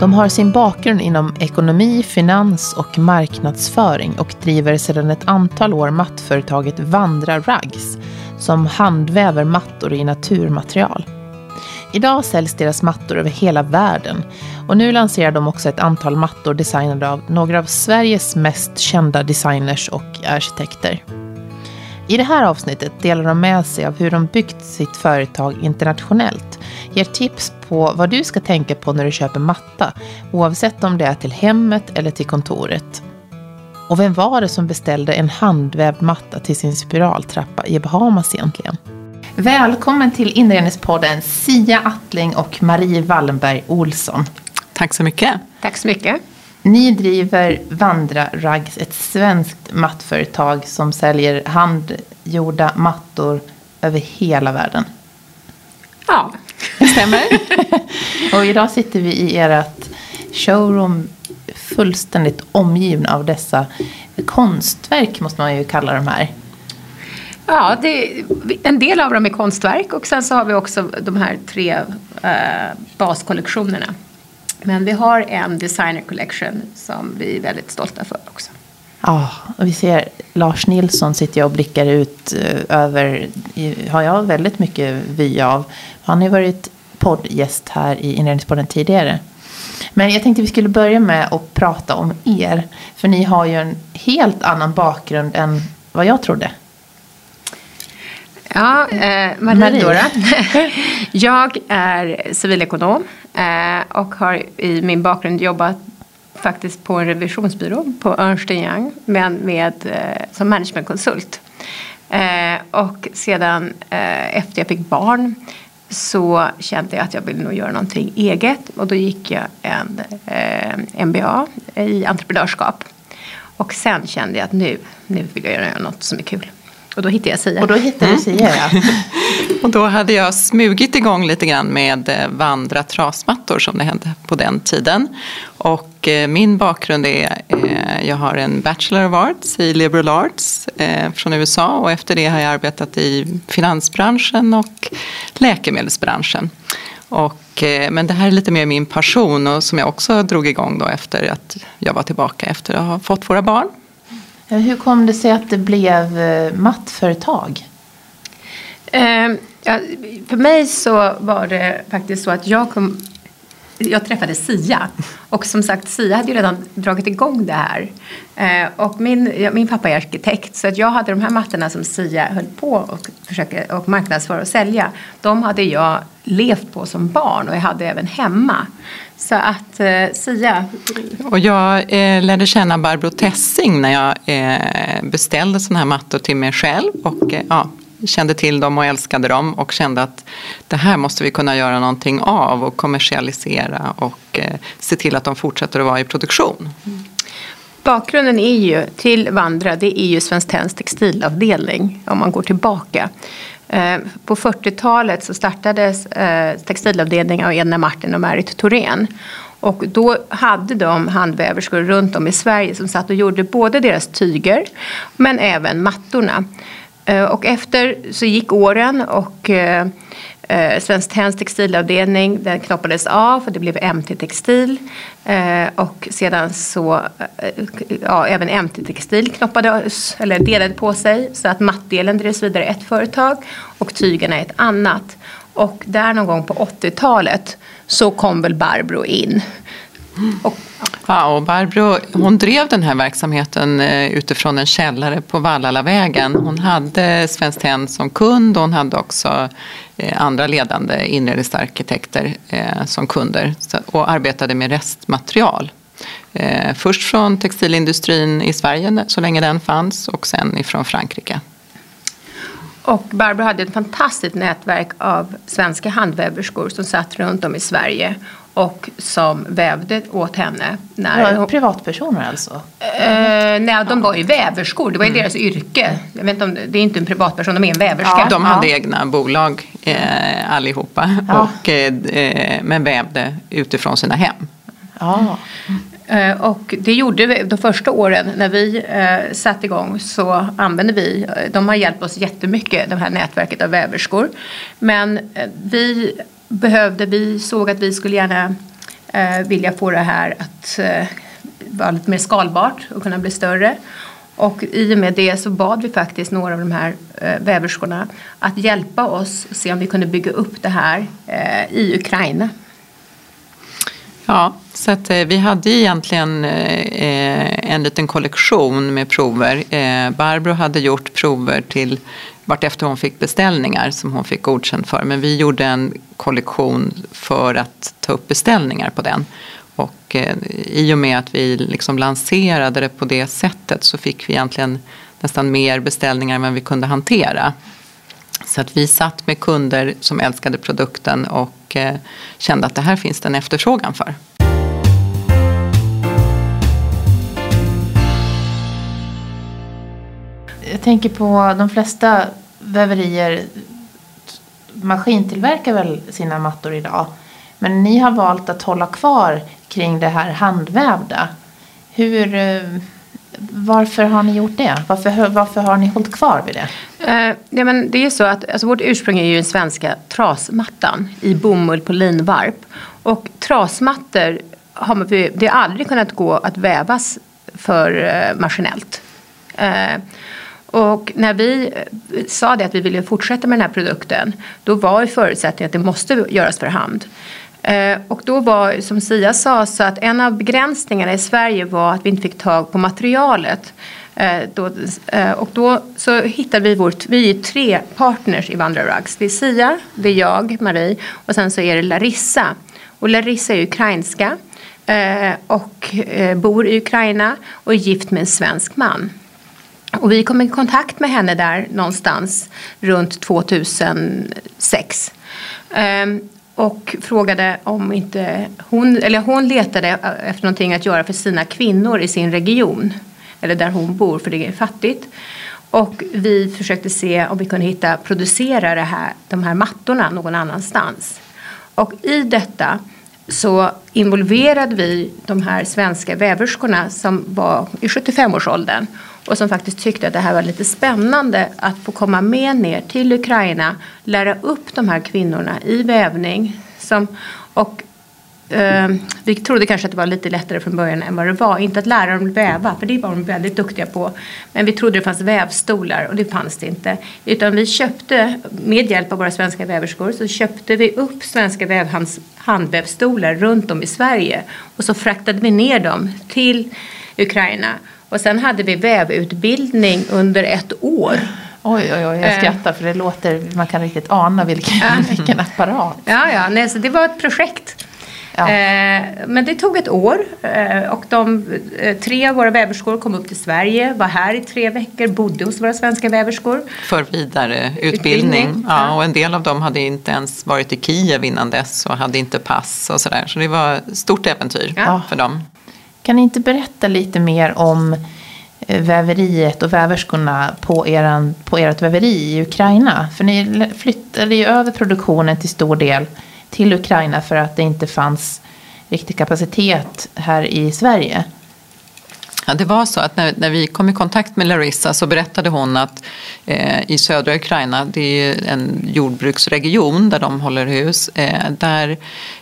De har sin bakgrund inom ekonomi, finans och marknadsföring och driver sedan ett antal år mattföretaget Vandra Rugs som handväver mattor i naturmaterial. Idag säljs deras mattor över hela världen och nu lanserar de också ett antal mattor designade av några av Sveriges mest kända designers och arkitekter. I det här avsnittet delar de med sig av hur de byggt sitt företag internationellt, ger tips på vad du ska tänka på när du köper matta, oavsett om det är till hemmet eller till kontoret. Och vem var det som beställde en handvävd matta till sin spiraltrappa i Bahamas egentligen? Välkommen till Inredningspodden Sia Attling och Marie Wallenberg Olsson. Tack så mycket. Tack så mycket. Ni driver Vandra Rugs, ett svenskt mattföretag som säljer handgjorda mattor över hela världen. Ja, det stämmer. Och idag sitter vi i ert showroom fullständigt omgivna av dessa konstverk, måste man ju kalla de här. Ja, en del av dem är konstverk och sen så har vi också de här 3 baskollektionerna. Men vi har en designer collection som vi är väldigt stolta för också. Ja, och vi ser Lars Nilsson sitter och blickar ut över, har jag väldigt mycket vy av. Han har ju varit poddgäst här i Inredningspodden tidigare. Men jag tänkte vi skulle börja med att prata om er. För ni har ju en helt annan bakgrund än vad jag trodde. Ja, Marie då. Jag är civilekonom och har i min bakgrund jobbat faktiskt på en revisionsbyrå på Ernst & Young men som managementkonsult. Och sedan efter jag fick barn så kände jag att jag ville nog göra någonting eget och då gick jag en MBA i entreprenörskap. Och sen kände jag att nu vill jag göra något som är kul. Och då hittade jag Sia. Och då hittade du Sia, ja. Och då hade jag smugit igång lite grann med Vandra trasmattor som det hände på den tiden. Och min bakgrund är, jag har en Bachelor of Arts i Liberal Arts från USA. Och efter det har jag arbetat i finansbranschen och läkemedelsbranschen. Men det här är lite mer min passion och som jag också drog igång då efter att jag var tillbaka efter att ha fått våra barn. Hur kom det sig att det blev mattföretag? För mig så var det faktiskt så att jag träffade Sia. Och som sagt, Sia hade ju redan dragit igång det här. Och min pappa är arkitekt. Så att jag hade de här mattorna som Sia höll på och marknadsföra och sälja. De hade jag levt på som barn och jag hade även hemma. Så att Sia... Och jag lärde känna Barbro Tessing när jag beställde såna här mattor till mig själv. Och kände till dem och älskade dem och kände att det här måste vi kunna göra någonting av och kommersialisera och se till att de fortsätter att vara i produktion. Bakgrunden är ju till Vandra, det är ju Svenskt Tenns textilavdelning om man går tillbaka. På 40-talet så startades textilavdelning av Edna Martin och Marit Thorén. Och då hade de handväverskor runt om i Sverige som satt och gjorde både deras tyger men även mattorna. Och efter så gick åren och Svenskt Tenns textilavdelning den knoppades av och det blev MT Textil och sedan så även MT Textil knoppades eller delade på sig så att mattdelen drevs vidare ett företag och tygerna ett annat. Och där någon gång på 80-talet så kom väl Barbro in. Och Barbro, hon drev den här verksamheten utifrån en källare på Vallalavägen. Hon hade Svenskt Tenn som kund och hon hade också andra ledande inredningsarkitekter som kunder och arbetade med restmaterial. Först från textilindustrin i Sverige så länge den fanns och sen ifrån Frankrike. Och Barbro hade ett fantastiskt nätverk av svenska handväverskor som satt runt om i Sverige och som vävde åt henne. Privatpersoner alltså? Nej, de var ju väverskor. Det var ju deras yrke. Jag vet inte om det är inte en privatperson, de är en väverska. Ja, de hade egna bolag allihopa men vävde utifrån sina hem. Ja. Och det gjorde vi de första åren när vi satte igång så använde vi, de har hjälpt oss jättemycket det här nätverket av väverskor. Men vi såg att vi skulle gärna vilja få det här att vara lite mer skalbart och kunna bli större. Och i och med det så bad vi faktiskt några av de här väverskorna att hjälpa oss och se om vi kunde bygga upp det här i Ukraina. Ja, så att vi hade egentligen en liten kollektion med prover. Barbro hade gjort prover till vartefter hon fick beställningar som hon fick godkänt för. Men vi gjorde en kollektion för att ta upp beställningar på den. Och i och med att vi liksom lanserade det på det sättet så fick vi egentligen nästan mer beställningar än vi kunde hantera. Så att vi satt med kunder som älskade produkten och kände att det här finns det en efterfrågan för. Jag tänker på de flesta väverier maskintillverkar väl sina mattor idag. Men ni har valt att hålla kvar kring det här handvävda. Varför har ni gjort det? Varför har ni hållit kvar vid det? Ja, men det är så att vårt ursprung är ju den svenska trasmattan i bomull på linvarp. Och trasmattor det har aldrig kunnat gå att vävas för maskinellt. Och när vi sa det att vi ville fortsätta med den här produkten, då var förutsättningen att det måste göras för hand. Och då var, som Sia sa, så att en av begränsningarna i Sverige var att vi inte fick tag på materialet. Och då så hittade vi är 3 partners i Vandra Rugs. Det är Sia, det är jag, Marie, och sen så är det Larissa. Och Larissa är ukrainska och bor i Ukraina och är gift med en svensk man. Och vi kom i kontakt med henne där någonstans runt 2006. Och frågade om inte hon letade efter någonting att göra för sina kvinnor i sin region. Eller där hon bor, för det är fattigt. Och vi försökte se om vi kunde producera de här mattorna någon annanstans. Och i detta så involverade vi de här svenska väverskorna som var i 75-årsåldern. Och som faktiskt tyckte att det här var lite spännande att få komma med ner till Ukraina. Lära upp de här kvinnorna i vävning. Vi trodde kanske att det var lite lättare från början än vad det var. Inte att lära dem väva, för det var de väldigt duktiga på. Men vi trodde det fanns vävstolar och det fanns det inte. Utan vi köpte, med hjälp av våra svenska väverskor, så köpte vi upp svenska handvävstolar runt om i Sverige. Och så fraktade vi ner dem till Ukraina. Och sen hade vi vävutbildning under 1 år. Oj, jag skrattar för det låter, man kan riktigt ana vilken apparat. Nej, så det var ett projekt. Ja. Men det tog 1 år och 3 av våra väverskor kom upp till Sverige, var här i 3 veckor, bodde hos våra svenska väverskor. För vidare utbildning. Ja, och en del av dem hade inte ens varit i Kiev innan dess och hade inte pass och sådär. Så det var ett stort äventyr för dem. Kan ni inte berätta lite mer om väveriet och väverskorna på ert väveri i Ukraina? För ni flyttade ju över produktionen till stor del till Ukraina för att det inte fanns riktig kapacitet här i Sverige. Ja, det var så att när vi kom i kontakt med Larissa så berättade hon att i södra Ukraina, det är en jordbruksregion där de håller hus, där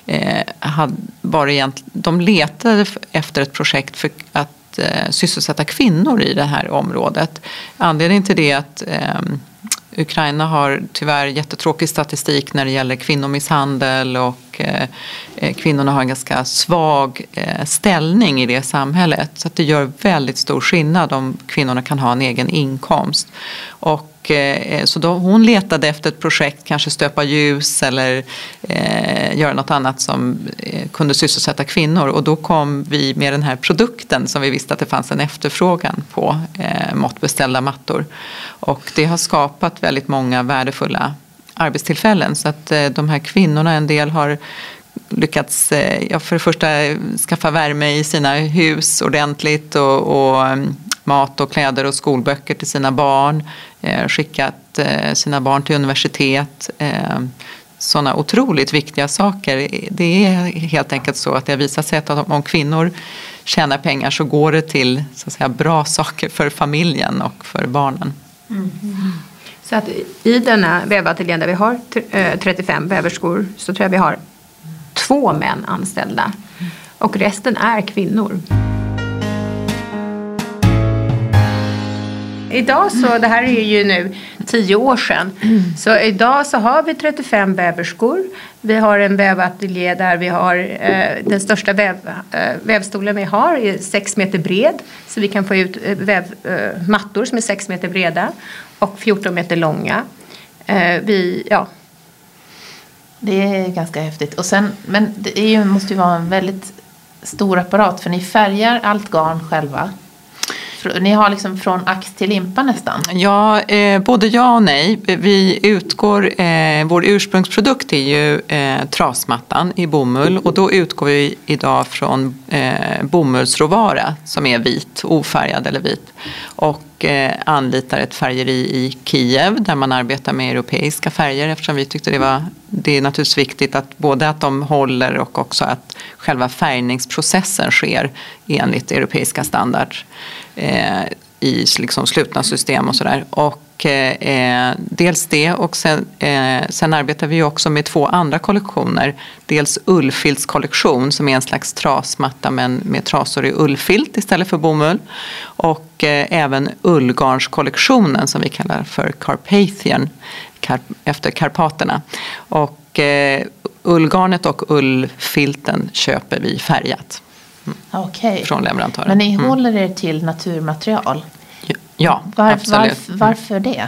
de letade efter ett projekt för att sysselsätta kvinnor i det här området. Anledningen till det är att Ukraina har tyvärr jättetråkig statistik när det gäller kvinnomisshandel och kvinnorna har en ganska svag ställning i det samhället. Så att det gör väldigt stor skillnad om kvinnorna kan ha en egen inkomst. Och så då hon letade efter ett projekt, kanske stöpa ljus eller göra något annat som kunde sysselsätta kvinnor. Och då kom vi med den här produkten som vi visste att det fanns en efterfrågan på, måttbeställda mattor. Och det har skapat väldigt många värdefulla arbetstillfällen. Så att de här kvinnorna, en del har lyckats för det första skaffa värme i sina hus ordentligt och mat och kläder och skolböcker till sina barn, skickat sina barn till universitet, sådana otroligt viktiga saker. Det är helt enkelt så att det har visat sig att om kvinnor tjänar pengar så går det till så att säga, bra saker för familjen och för barnen. Mm. Så att i denna vävateljén där vi har 35 väverskor så tror jag vi har 2 män anställda. Och resten är kvinnor. Idag så, det här är ju nu 10 år sedan. Så idag så har vi 35 väverskor. Vi har en vävateljé där vi har den största vävstolen vi har är 6 meter bred. Så vi kan få ut mattor som är 6 meter breda och 14 meter långa. Det är ganska häftigt. Och sen, men det måste ju vara en väldigt stor apparat, för ni färgar allt garn själva. Ni har liksom från ax till limpa nästan. Ja, både ja och nej. Vår ursprungsprodukt är ju trasmattan i bomull, och då utgår vi idag från bomullsråvara som är vit, ofärgad eller vit. Och anlitar ett färgeri i Kiev där man arbetar med europeiska färger, eftersom vi tyckte det är naturligtvis viktigt att både att de håller och också att själva färgningsprocessen sker enligt europeiska standard i liksom slutna system och sådär. Och dels det, och sen arbetar vi också med 2 andra kollektioner. Dels ullfiltskollektion som är en slags trasmatta men med trasor i ullfilt istället för bomull. Och även ullgarnskollektionen som vi kallar för Carpathian efter Karpaterna. Och ullgarnet och ullfilten köper vi färgat. Okej. Från leverantören. Men ni håller er till naturmaterial? Ja, absolut. Varför det?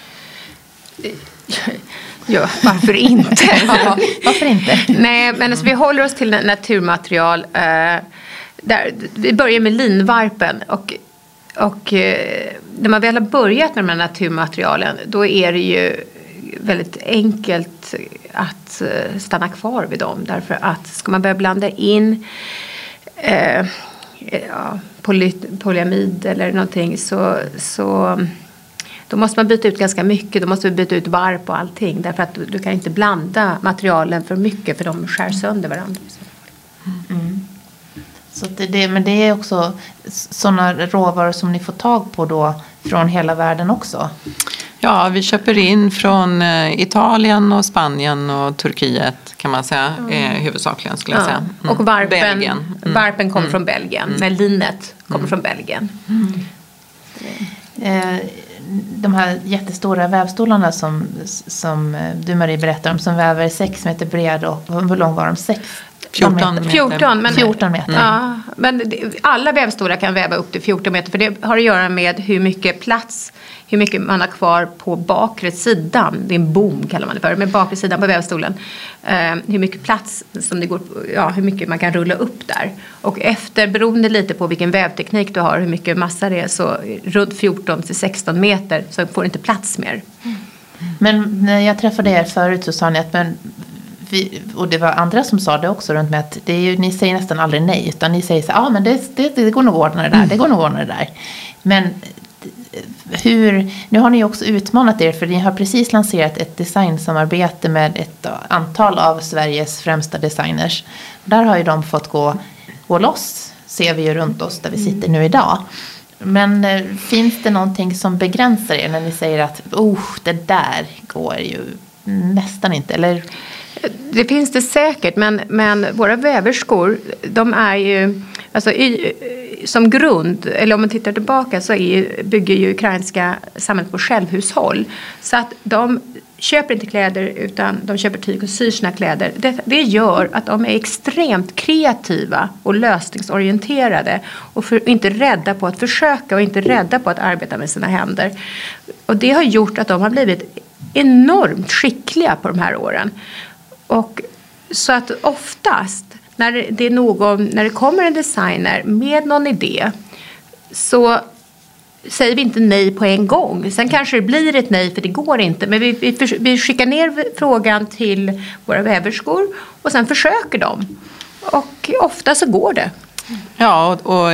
Ja, varför inte? Varför inte? Nej, men alltså, vi håller oss till naturmaterial. Vi börjar med linvarpen och när man väl har börjat med de här naturmaterialen, då är det ju väldigt enkelt att stanna kvar vid dem. Därför att ska man börja blanda in polyamid eller någonting så då måste man byta ut ganska mycket. Då måste vi byta ut varp och allting. Därför att du kan inte blanda materialen för mycket, för de skär sönder varandra. Så men det är också sådana råvaror som ni får tag på då från hela världen också? Ja, vi köper in från Italien och Spanien och Turkiet kan man säga, huvudsakligen skulle jag säga. Och varpen kommer från Belgien, men linet kommer från Belgien. De här jättestora vävstolarna som du, Marie, berättar om, som väver 6 meter bred, och hur lång var de? 14 meter. Ja, men alla vävstolar kan väva upp till 14 meter, för det har att göra med hur mycket plats, hur mycket man har kvar på bakre sidan. Det är en bom kallar man det för, med bakre sidan på vävstolen. Hur mycket plats som det går, hur mycket man kan rulla upp där. Och beroende lite på vilken vävteknik du har, hur mycket massa det är, så runt 14 till 16 meter så får du inte plats mer. Men när jag träffade er förut så sa ni att och det var andra som sa det också runt med att ni säger nästan aldrig nej, utan ni säger så här, men det går nog att ordna det där, det går nog att ordna det där. Men nu har ni också utmanat er, för ni har precis lanserat ett designsamarbete med ett antal av Sveriges främsta designers. Där har ju de fått gå loss, ser vi ju runt oss där vi sitter nu idag. Men finns det någonting som begränsar er när ni säger att det där går ju nästan inte, eller? Det finns det säkert, men våra väverskor, de är ju, alltså som grund, eller om man tittar tillbaka, så bygger ju ukrainska samhället på självhushåll. Så att de köper inte kläder, utan de köper tyg och syr sina kläder. Det gör att de är extremt kreativa och lösningsorienterade och inte rädda på att försöka och inte rädda på att arbeta med sina händer. Och det har gjort att de har blivit enormt skickliga på de här åren. Och så att oftast när det kommer en designer med någon idé, så säger vi inte nej på en gång. Sen kanske det blir ett nej, för det går inte. Men vi skickar ner frågan till våra väverskor och sen försöker de. Och ofta så går det. Ja, och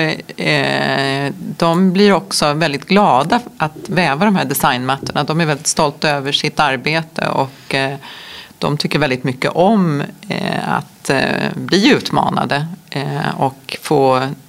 de blir också väldigt glada att väva de här designmattorna. De är väldigt stolta över sitt arbete, och de tycker väldigt mycket om att bli utmanade och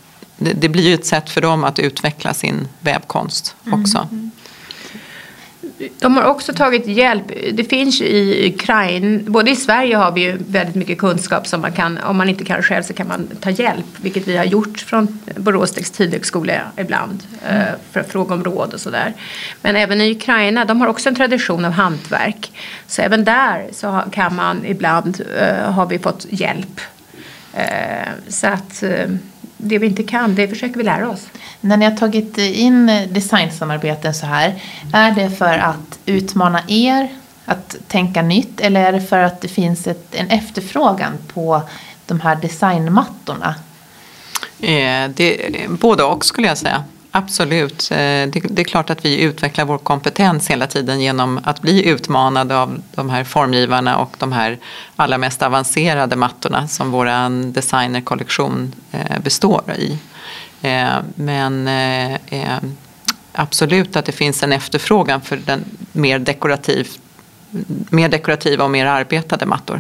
det blir ju ett sätt för dem att utveckla sin vävkonst också. De har också tagit hjälp. Det finns i Ukraina, både i Sverige har vi ju väldigt mycket kunskap som man kan, om man inte kan själv så kan man ta hjälp, vilket vi har gjort från Borås textilhögskola ibland för att fråga om råd och sådär. Men även i Ukraina, de har också en tradition av hantverk. Så även där så kan man ibland, har vi fått hjälp. Så att det vi inte kan, det försöker vi lära oss. När ni har tagit in designsamarbeten så här, är det för att utmana er att tänka nytt, eller är det för att det finns en efterfrågan på de här designmattorna? Både och skulle jag säga. Absolut. Det är klart att vi utvecklar vår kompetens hela tiden genom att bli utmanade av de här formgivarna och de här allra mest avancerade mattorna som vår designerkollektion består i. Men absolut att det finns en efterfrågan för den mer dekorativa och mer arbetade mattor.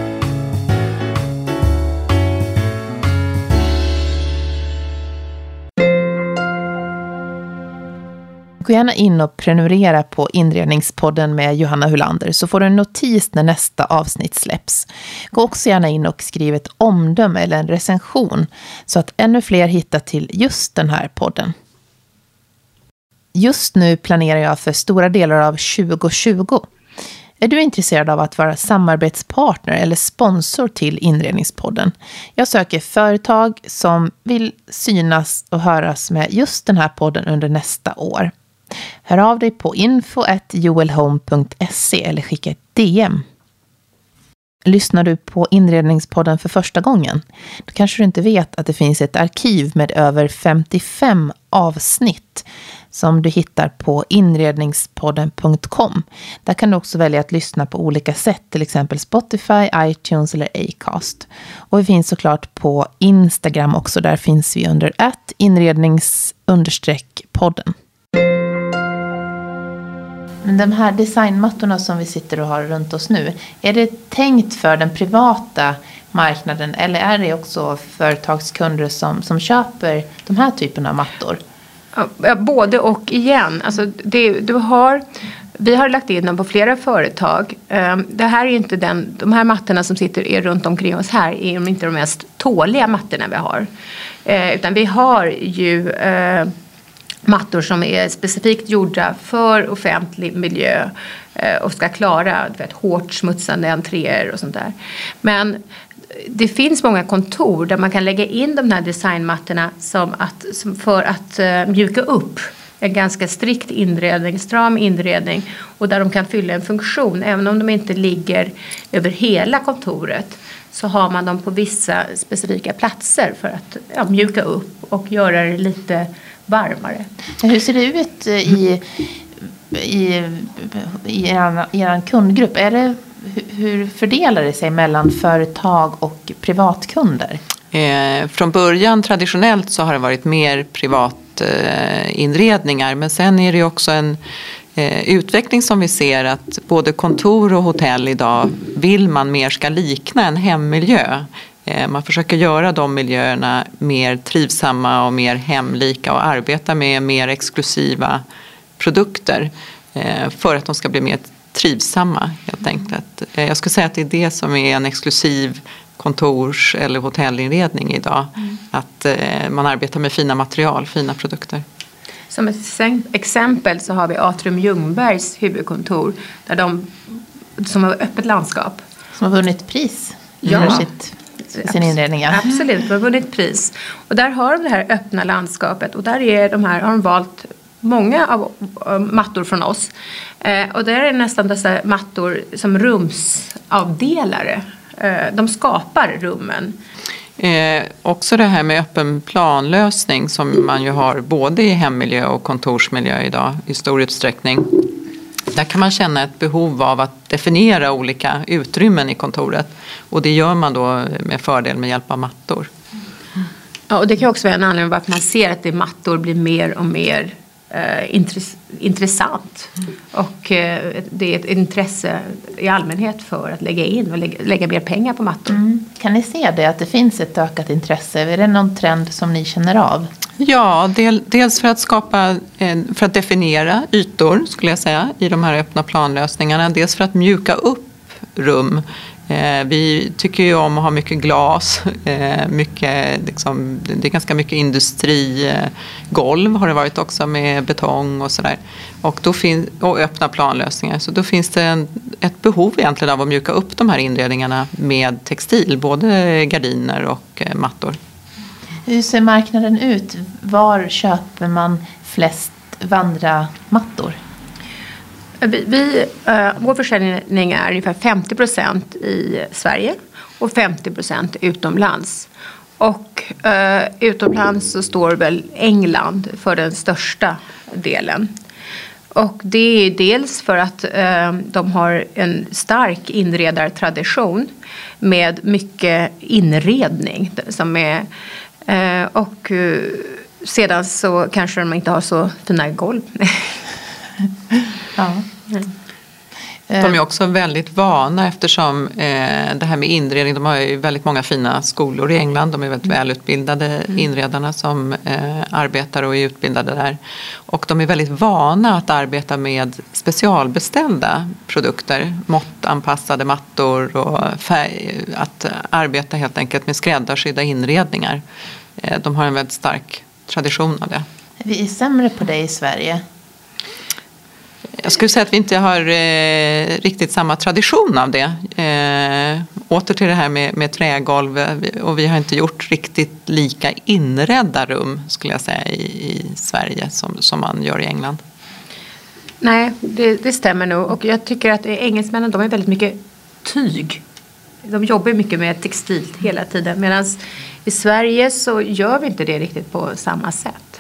Gå gärna in och prenumerera på Inredningspodden med Johanna Hulander så får du en notis när nästa avsnitt släpps. Gå också gärna in och skriv ett omdöme eller en recension så att ännu fler hittar till just den här podden. Just nu planerar jag för stora delar av 2020. Är du intresserad av att vara samarbetspartner eller sponsor till Inredningspodden? Jag söker företag som vill synas och höras med just den här podden under nästa år. Hör av dig på info@joelhome.se eller skicka ett DM. Lyssnar du på Inredningspodden för första gången? Då kanske du inte vet att det finns ett arkiv med över 55 avsnitt som du hittar på inredningspodden.com. Där kan du också välja att lyssna på olika sätt, till exempel Spotify, iTunes eller Acast. Och vi finns såklart på Instagram också, där finns vi under @inrednings_podden. Men de här designmattorna som vi sitter och har runt oss nu, är det tänkt för den privata marknaden eller är det också företagskunder som köper de här typerna av mattor? Ja, både och igen. Alltså vi har lagt in dem på flera företag. Det här är inte de här mattorna som är runt omkring oss här är inte de mest tåliga mattorna vi har. Utan vi har ju mattor som är specifikt gjorda för offentlig miljö och ska klara hårt smutsande entréer och sånt där. Men det finns många kontor där man kan lägga in de här designmattorna för att mjuka upp en ganska strikt inredning, stram inredning, och där de kan fylla en funktion. Även om de inte ligger över hela kontoret så har man dem på vissa specifika platser för att mjuka upp och göra det lite varmare. Hur ser det ut i er kundgrupp? Hur fördelar det sig mellan företag och privatkunder? Från början traditionellt så har det varit mer privatinredningar, men sen är det också en utveckling som vi ser att både kontor och hotell idag vill man mer ska likna en hemmiljö. Man försöker göra de miljöerna mer trivsamma och mer hemlika och arbeta med mer exklusiva produkter för att de ska bli mer trivsamma. Jag skulle säga att det är det som är en exklusiv kontors- eller hotellinredning idag. Att man arbetar med fina material, fina produkter. Som ett exempel så har vi Atrium Ljungbergs huvudkontor som har öppet landskap. Som har vunnit pris sin inredning. Absolut, de har vunnit pris. Och där har de det här öppna landskapet och där har de valt många av mattor från oss. Och där är nästan dessa mattor som rumsavdelare. De skapar rummen. Också det här med öppen planlösning som man ju har både i hemmiljö och kontorsmiljö idag i stor utsträckning. Där kan man känna ett behov av att definiera olika utrymmen i kontoret. Och det gör man då med fördel med hjälp av mattor. Ja, och det kan också vara en anledning varför man ser att mattor blir mer och mer intressant. Och det är ett intresse i allmänhet för att lägga in och lägga mer pengar på mattor. Kan ni se det, att det finns ett ökat intresse? Är det någon trend som ni känner av? Ja, dels för att definiera ytor skulle jag säga i de här öppna planlösningarna. Dels för att mjuka upp rum. Vi tycker ju om att ha mycket glas, det är ganska mycket industrigolv har det varit också med betong och sådär. Och öppna planlösningar. Så då finns det ett behov egentligen av att mjuka upp de här inredningarna med textil, både gardiner och mattor. Hur ser marknaden ut? Var köper man flest vandrarmattor? Vår försäljning är ungefär 50% i Sverige och 50% utomlands. Och utomlands så står väl England för den största delen. Och det är dels för att de har en stark inredartradition med mycket inredning som är och sedan så kanske de inte har så fina golv. Ja. De är också väldigt vana eftersom det här med inredning, de har ju väldigt många fina skolor i England. De är väldigt välutbildade inredarna som arbetar och är utbildade där. Och de är väldigt vana att arbeta med specialbeställda produkter, måttanpassade mattor och att arbeta helt enkelt med skräddarsydda inredningar. De har en väldigt stark tradition av det. Vi är sämre på det i Sverige. Jag skulle säga att vi inte har riktigt samma tradition av det. Åter till det här med trägolv, och vi har inte gjort riktigt lika inredda rum skulle jag säga i Sverige som man gör i England. Nej, det stämmer nog, och jag tycker att engelsmännen, de är väldigt mycket tyg. De jobbar mycket med textil hela tiden, medan i Sverige så gör vi inte det riktigt på samma sätt.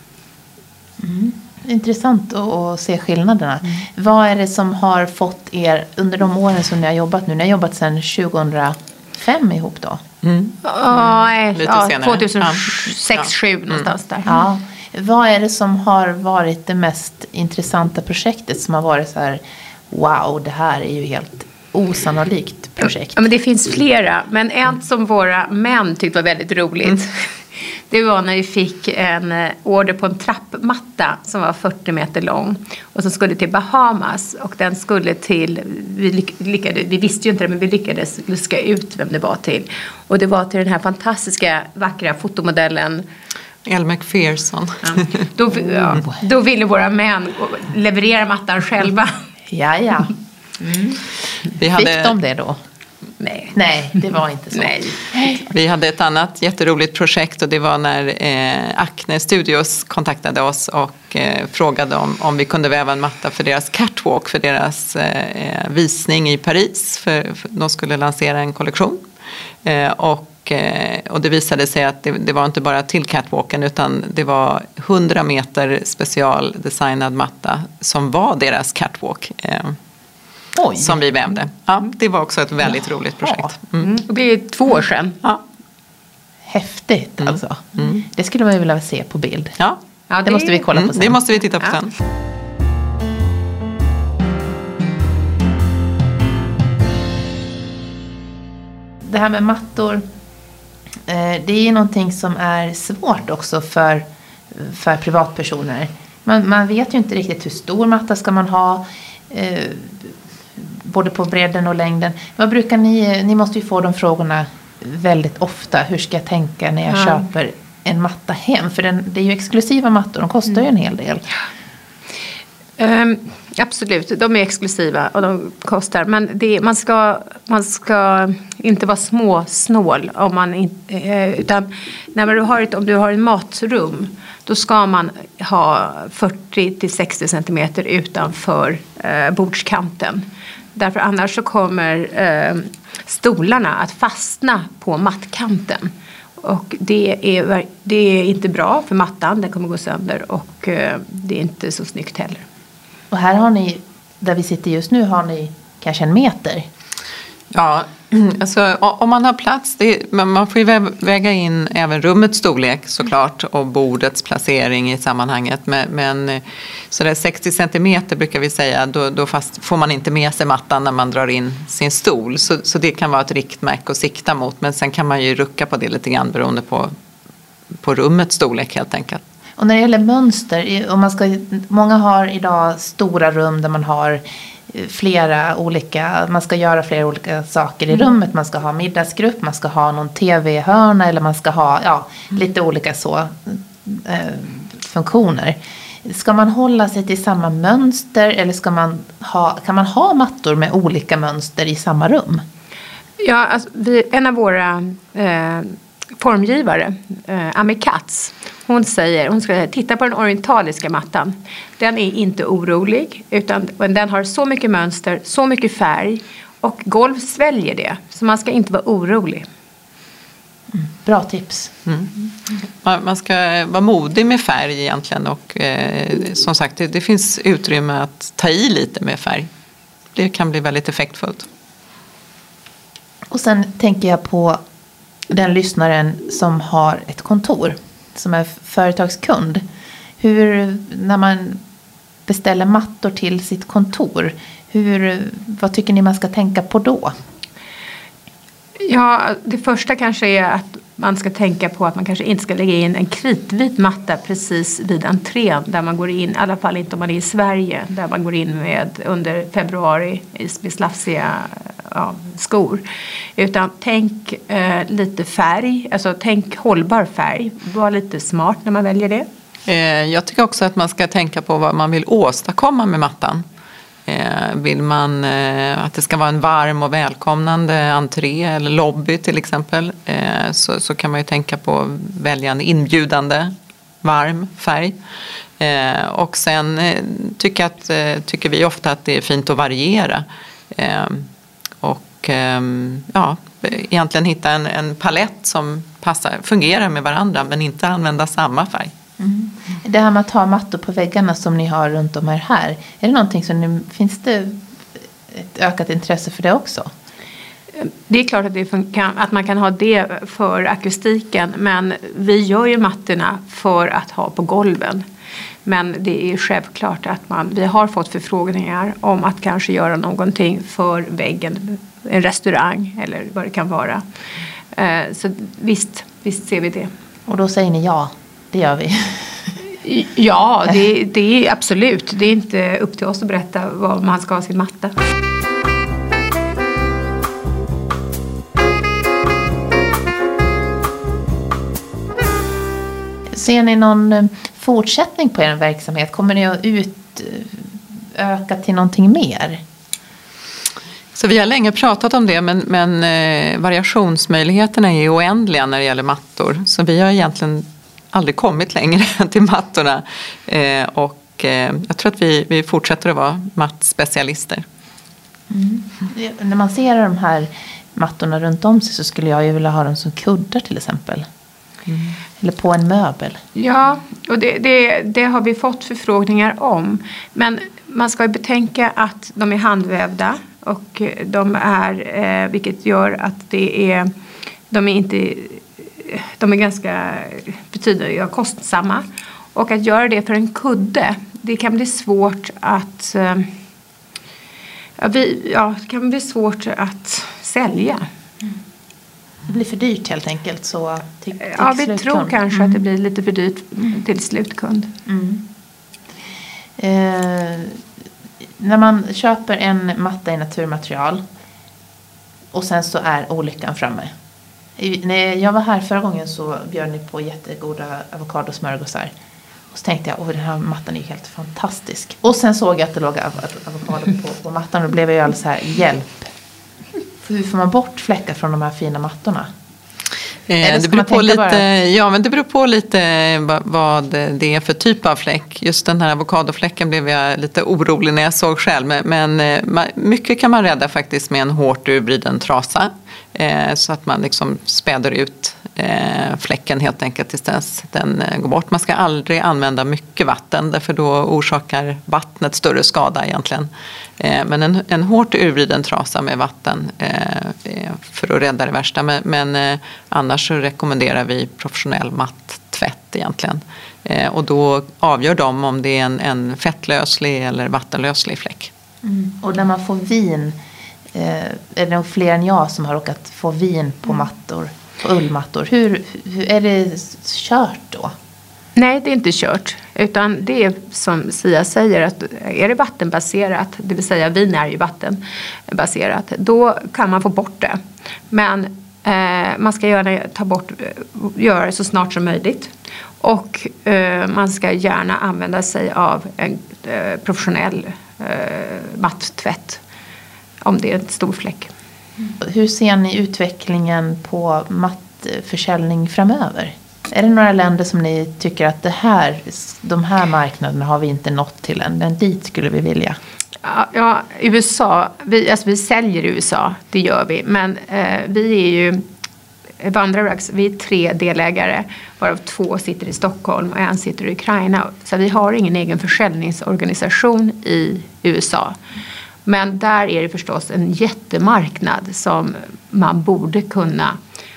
Intressant att se skillnaderna. Vad är det som har fått er under de åren som ni har jobbat nu? Ni har jobbat sedan 2005 ihop då? Lite senare. 2006-2007 någonstans där. Ja. Vad är det som har varit det mest intressanta projektet som har varit så här, wow, det här är ju helt osannolikt projekt? Ja, men det finns flera, men en som våra män tyckte var väldigt roligt. Det var när vi fick en order på en trappmatta som var 40 meter lång och som skulle till Bahamas, och den skulle till, vi visste ju inte det, men vi lyckades luska ut vem det var till, och det var till den här fantastiska vackra fotomodellen Elle Macpherson. Ja, då ville våra män leverera mattan själva. Ja. Fick de det då? Nej, det var inte så. Nej. Vi hade ett annat jätteroligt projekt, och det var när Acne Studios kontaktade oss och frågade om vi kunde väva en matta för deras catwalk, för deras visning i Paris. För de skulle lansera en kollektion. Och det visade sig att det var inte bara till catwalken, utan det var 100 meter specialdesignad matta som var deras catwalk. Som vi vävde. Ja, det var också ett väldigt roligt projekt. Det är 2 år sedan. Ja. Häftigt alltså. Det skulle man ju vilja se på bild. Ja, det måste vi kolla på sen. Det måste vi titta på sen. Det här med mattor, det är ju någonting som är svårt också för privatpersoner. Man vet ju inte riktigt hur stor matta ska man ha, både på bredden och längden. Vad brukar ni måste ju få de frågorna väldigt ofta. Hur ska jag tänka när jag köper en matta hem? För det är ju exklusiva mattor, de kostar ju en hel del. Absolut, de är exklusiva och de kostar. Men man ska inte vara småsnål om man inte, utan om du har en matrum, då ska man ha 40-60 centimeter utanför bordskanten. Därför annars så kommer stolarna att fastna på mattkanten. Och det är inte bra för mattan, den kommer gå sönder, och det är inte så snyggt heller. Och här har ni, där vi sitter just nu, har ni kanske 1 meter. Ja, alltså om man har plats, man får ju väga in även rummets storlek såklart och bordets placering i sammanhanget. Men sådär 60 centimeter brukar vi säga, då får man inte med sig mattan när man drar in sin stol. Så det kan vara ett riktmärke att sikta mot, men sen kan man ju rucka på det lite grann beroende på rummets storlek helt enkelt. Och när det gäller mönster, många har idag stora rum där man har man ska göra flera olika saker i rummet. Man ska ha middagsgrupp, man ska ha någon tv-hörna eller man ska ha lite olika funktioner. Ska man hålla sig till samma mönster eller kan man ha mattor med olika mönster i samma rum? Ja, alltså, en av våra formgivare, Ami Katz, hon ska titta på den orientaliska mattan. Den är inte orolig, utan den har så mycket mönster, så mycket färg och golv sväljer det. Så man ska inte vara orolig. Bra tips. Man ska vara modig med färg egentligen och som sagt det finns utrymme att ta i lite med färg. Det kan bli väldigt effektfullt. Och sen tänker jag på den lyssnaren som har ett kontor, som är företagskund. När man beställer mattor till sitt kontor, vad tycker ni man ska tänka på då? Ja, det första kanske är att man ska tänka på att man kanske inte ska lägga in en kritvit matta precis vid entrén där man går in, i alla fall inte om man är i Sverige, där man går in under februari med slafsiga skor. Utan tänk lite färg, alltså tänk hållbar färg. Var lite smart när man väljer det. Jag tycker också att man ska tänka på vad man vill åstadkomma med mattan. Vill man att det ska vara en varm och välkomnande entré eller lobby till exempel, så kan man ju tänka på att välja en inbjudande varm färg. Och sen tycker vi ofta att det är fint att variera. Och egentligen hitta en palett som fungerar med varandra men inte använda samma färg. Det här med att ha mattor på väggarna som ni har runt om här, är det någonting finns det ett ökat intresse för det också? Det är klart att man kan ha det för akustiken, men vi gör ju mattorna för att ha på golven. Men det är självklart att vi har fått förfrågningar om att kanske göra någonting för väggen, en restaurang eller vad det kan vara. Så visst ser vi det. Och då säger ni ja, det gör vi. Ja, det är absolut. Det är inte upp till oss att berätta vad man ska ha sin matta. Ser ni någon fortsättning på er verksamhet? Kommer ni att utöka till någonting mer? Så vi har länge pratat om det, men variationsmöjligheterna är oändliga när det gäller mattor. Så vi har egentligen aldrig kommit längre till mattorna. Och jag tror att vi fortsätter att vara mattspecialister. När man ser de här mattorna runt om sig så skulle jag ju vilja ha dem som kuddar till exempel. Eller på en möbel. Ja, och det har vi fått förfrågningar om. Men man ska ju betänka att de är handvävda. Och de är, vilket gör att de är ganska kostsamma. Och att göra det för en kudde, det kan bli svårt att sälja. Det blir för dyrt helt enkelt. Så till vi tror kanske att det blir lite för dyrt till slutkund. När man köper en matta i naturmaterial och sen så är olyckan framme. När jag var här förra gången så bjöd ni på jättegoda avokadosmörgåsar. Och så tänkte jag, den här mattan är helt fantastisk. Och sen såg jag att det låg avokado på mattan och då blev jag alldeles så här, hjälp. Hur får man bort fläckar från de här fina mattorna? Det beror på lite vad det är för typ av fläck. Just den här avokadofläcken blev jag lite orolig när jag såg själv. Men mycket kan man rädda faktiskt med en hårt urvriden trasa. Så att man liksom späder ut fläcken helt enkelt tills dess den går bort. Man ska aldrig använda mycket vatten därför då orsakar vattnet större skada egentligen. Men en hårt urvriden trasa med vatten för att rädda det värsta. Men annars så rekommenderar vi professionell matt-tvätt egentligen. Och då avgör de om det är en fettlöslig eller vattenlöslig fläck. Och när man får vin, är det nog fler än jag som har råkat få vin på mattor, på ullmattor. Hur är det kört då? Nej, det är inte kört. Utan det är som Sia säger, att är det vattenbaserat, det vill säga vin är ju vattenbaserat, då kan man få bort det. Men man ska göra det så snart som möjligt. Och man ska gärna använda sig av en professionell mattvätt om det är en stor fläck. Hur ser ni utvecklingen på mattförsäljning framöver? Är det några länder som ni tycker att de här marknaderna har vi inte nått till än? Den dit skulle vi vilja. Ja, USA. Vi säljer i USA, det gör vi. Men vi är ju Vandra Rugs, vi är 3 delägare, varav 2 sitter i Stockholm och 1 sitter i Ukraina. Så vi har ingen egen försäljningsorganisation i USA. Men där är det förstås en jättemarknad som man borde kunna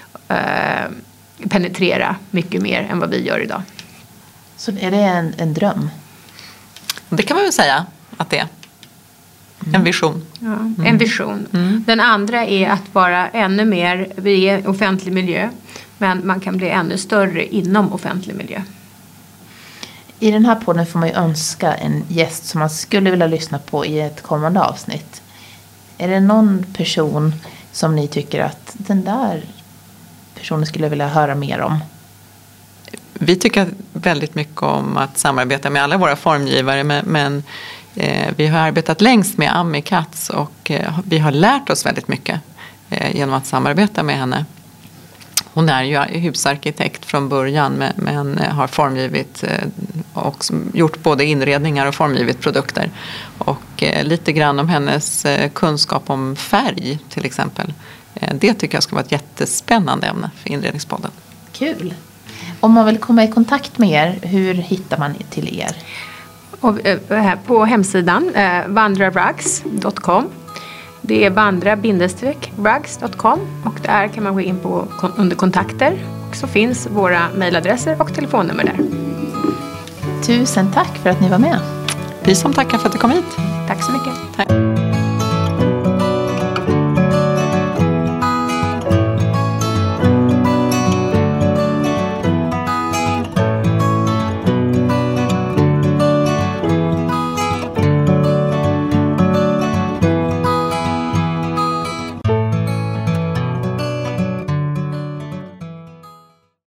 penetrera mycket mer än vad vi gör idag. Så är det en dröm? Det kan man väl säga att det är. En vision. Ja, en vision. Den andra är att vara ännu mer, vi är offentlig miljö, men man kan bli ännu större inom offentlig miljö. I den här podden får man ju önska en gäst som man skulle vilja lyssna på i ett kommande avsnitt. Är det någon person som ni tycker att den där personen skulle vilja höra mer om? Vi tycker väldigt mycket om att samarbeta med alla våra formgivare, men vi har arbetat längst med Ami Katz och vi har lärt oss väldigt mycket genom att samarbeta med henne. Hon är ju husarkitekt från början men har formgivit och gjort både inredningar och formgivit produkter. Och lite grann om hennes kunskap om färg till exempel. Det tycker jag ska vara ett jättespännande ämne för Inredningspodden. Kul! Om man vill komma i kontakt med er, hur hittar man till er? Och, på hemsidan vandrarugs.com. Det är vandra-rugs.com och där kan man gå in på under kontakter och så finns våra mejladresser och telefonnummer där. Tusen tack för att ni var med. Vi som tackar för att du kom hit. Tack så mycket. Tack.